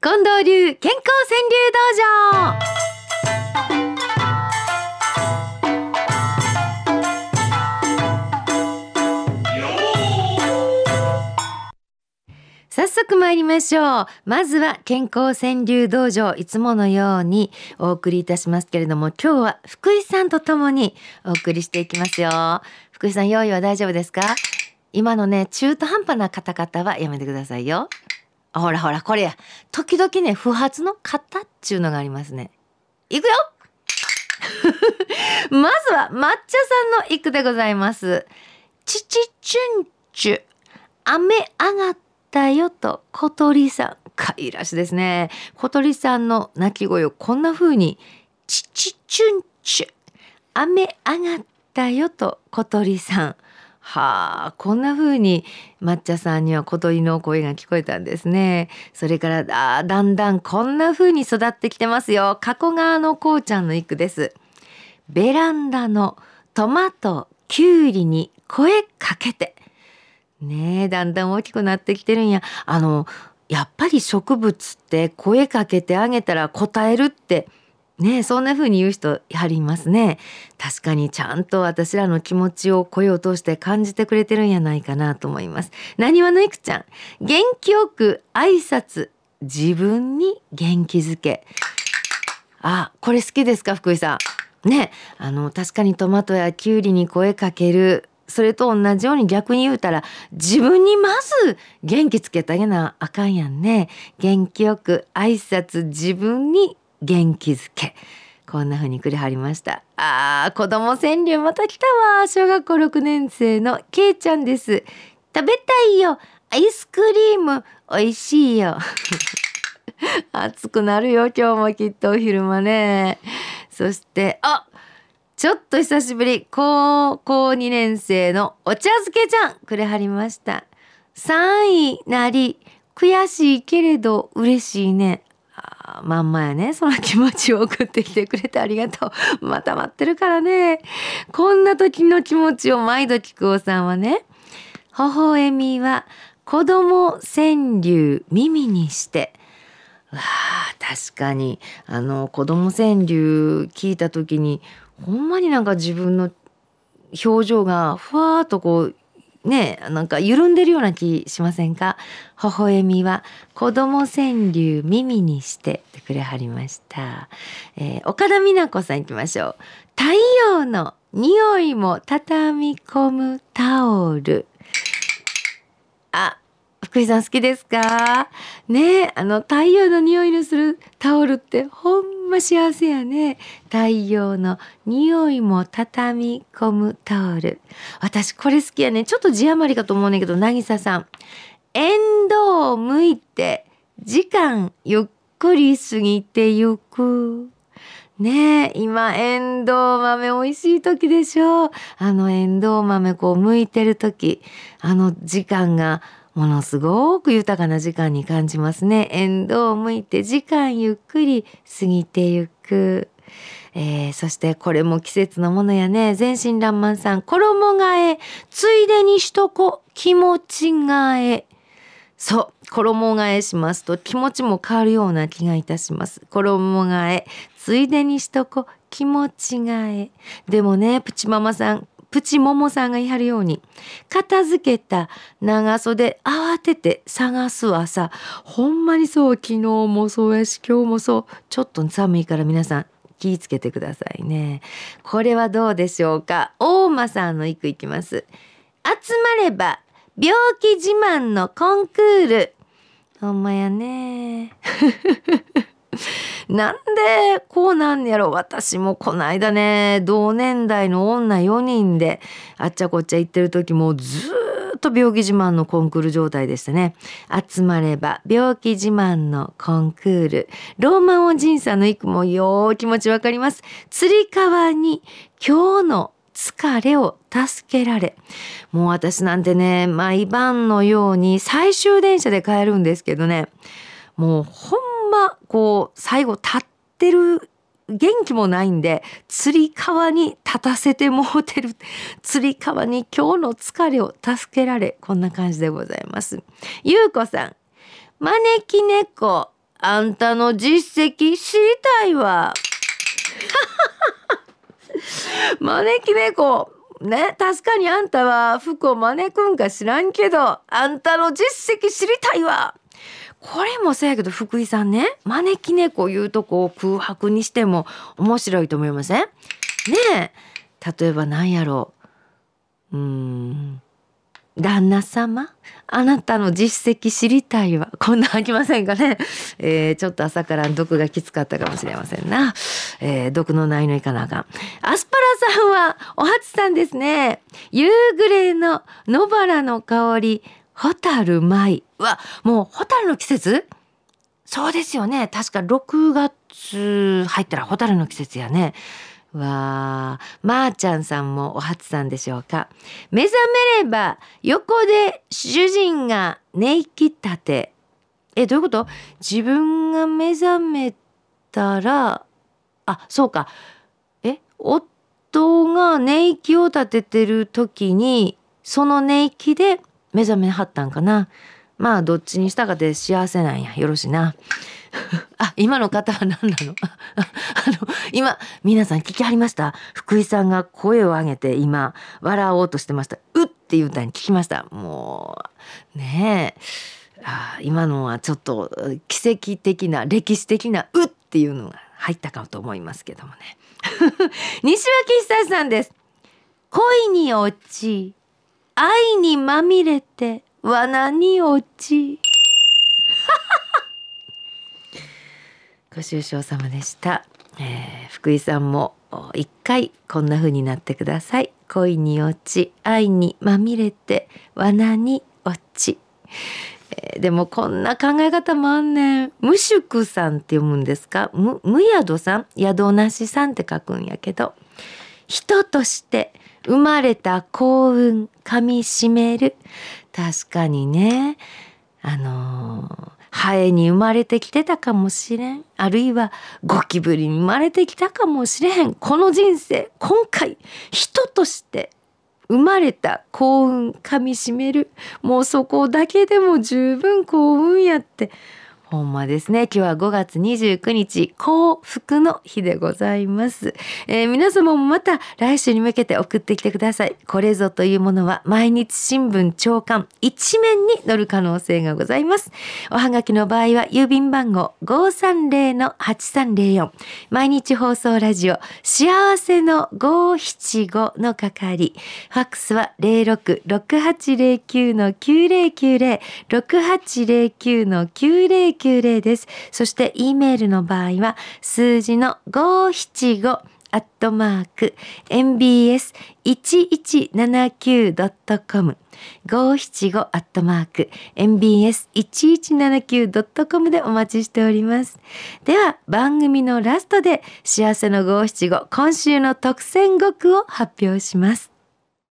近藤流健康川柳道場。早速参りましょう。まずは健康川柳道場、いつものようにお送りいたしますけれども、今日は福井さんとともにお送りしていきますよ。福井さん、用意は大丈夫ですか？今のね、中途半端なカタカタはやめてくださいよ。ほらほら、これや。時々ね、不発のカタっちゅうのがありますね。いくよまずは抹茶さんの一句でございます。ちちちゅんちゅ、雨上がったよと小鳥さん。かいらしいですね。小鳥さんの鳴き声をこんな風に、ちちちゅんちゅ、雨上がったよと小鳥さん。はあ、こんな風に抹茶さんには小鳥の声が聞こえたんですね。それからだんだんこんな風に育ってきてますよ。加古川のこうちゃんの一句です。ベランダのトマトキュウリに声かけて。ねえ、だんだん大きくなってきてるんや。やっぱり植物って声かけてあげたら答えるってねえ、そんな風に言う人やはりいますね。確かにちゃんと私らの気持ちを声を通して感じてくれてるんやないかなと思います。なにわのいくちゃん、元気よく挨拶、自分に元気づけ。あ、これ好きですか福井さん。ね、確かにトマトやキュウリに声かける。それと同じように逆に言うたら、自分にまず元気つけてあげなあかんやんね。元気よく挨拶、自分に元気づけ。こんな風にくれはりました。子供川柳また来たわ。小学校6年生のけいちゃんです。食べたいよ。アイスクリームおいしいよ。暑くなるよ今日もきっとお昼間ね。そしてちょっと久しぶり、高校2年生のお茶漬けちゃんくれはりました。3位なり悔しいけれど嬉しいね。まんまやね。その気持ちを送ってきてくれてありがとう。また待ってるからね。こんな時の気持ちを毎度聞くおさんはね、微笑みは子供川柳耳にして。確かに子供川柳聞いた時にほんまになんか自分の表情がふわーっとこうね、なんか緩んでるような気しませんか？微笑みは子供川柳耳にしてってくれはりました。岡田美奈子さん行きましょう。太陽の匂いも畳み込むタオル。福井さん好きですかね。太陽の匂いのするタオルってほんま幸せやね。太陽の匂いも畳み込むタオル。私これ好きやね。ちょっと字余りかと思うねんけど、渚さん、エンドウ向いて時間ゆっくり過ぎてゆく。ねえ、今エンドウ豆美味しい時でしょ。エンドウ豆こう剥いてる時、時間がものすごく豊かな時間に感じますね。エンドウ剥いて時間ゆっくり過ぎてゆく。そしてこれも季節のものやね。全身爛漫さん、衣替えついでにしとこ気持ち替え。そう、衣替えしますと気持ちも変わるような気がいたします。衣替えついでにしとこ気持ち替え。でもね、プチモモさんが言い張るように、片付けた長袖慌てて探す朝。ほんまにそう。昨日もそうやし今日もそう。ちょっと寒いから皆さん気をつけてくださいね。これはどうでしょうか。大間さんの一句いきます。集まれば病気自慢のコンクール。ほんまやね。なんでこうなんやろ。私もこないだね、同年代の女4人であっちゃこっちゃ行ってる時もずーっと病気自慢のコンクール状態でしたね。集まれば病気自慢のコンクール。ローマンおじいさんの一句もよー気持ちわかります。つり革に今日の疲れを助けられ。もう私なんてね、毎晩のように最終電車で帰るんですけどね、もうほんまこう最後立ってる元気もないんで、つり革に立たせてもうてる。つり革に今日の疲れを助けられ。こんな感じでございます。ゆうこさん、招き猫あんたの実績知りたいわ。招き猫ね、確かにあんたは服を招くんか知らんけど、あんたの実績知りたいわ。これもそうやけど、福井さんね、招き猫いうとこを空白にしても面白いと思いません？ねえ、例えば何やろう、旦那様、あなたの実績知りたいわ。こんなんあきませんかね。ちょっと朝から毒がきつかったかもしれませんな。毒のないのいかなあかん。アスパラさんはお初さんですね。夕暮れの野原の香り、蛍舞はもう蛍の季節？そうですよね。確か6月入ったら蛍の季節やね。わー、まーちゃんさんもお初さんでしょうか。目覚めれば横で主人が寝息立て。どういうこと？自分が目覚めたら、そうか。夫が寝息を立ててる時に、その寝息で目覚めはったんかな。まあどっちにしたかで幸せなんや。よろしいな。今の方は何なの？今皆さん聞きはりました？福井さんが声を上げて今笑おうとしてました。うっていう歌に聞きました。もうねえ、今のはちょっと奇跡的な歴史的なうっていうのが入ったかと思いますけどもね。西脇久さんです。恋に落ち、愛にまみれて罠に落ち。ご愁傷様でした。福井さんも一回こんな風になってください。恋に落ち、愛にまみれて罠に落ち。でもこんな考え方もあんねん。無宿さんって読むんですか？無宿さん、宿なしさんって書くんやけど、人として生まれた幸運かみしめる。確かにね、ハエに生まれてきてたかもしれん。あるいはゴキブリに生まれてきたかもしれへん。この人生、今回人として生まれた幸運かみしめる。もうそこだけでも十分幸運やって。ほんまですね。今日は5月29日幸福の日でございます。皆様もまた来週に向けて送ってきてください。これぞというものは毎日新聞朝刊一面に載る可能性がございます。おはがきの場合は郵便番号 530-8304 毎日放送ラジオ幸せの575の係。ファックスは 066809-9090 6809-9090です。そして E メールの場合は数字の575mbs1179.com 575mbs1179.com でお待ちしております。では番組のラストで幸せの575今週の特選5句を発表します。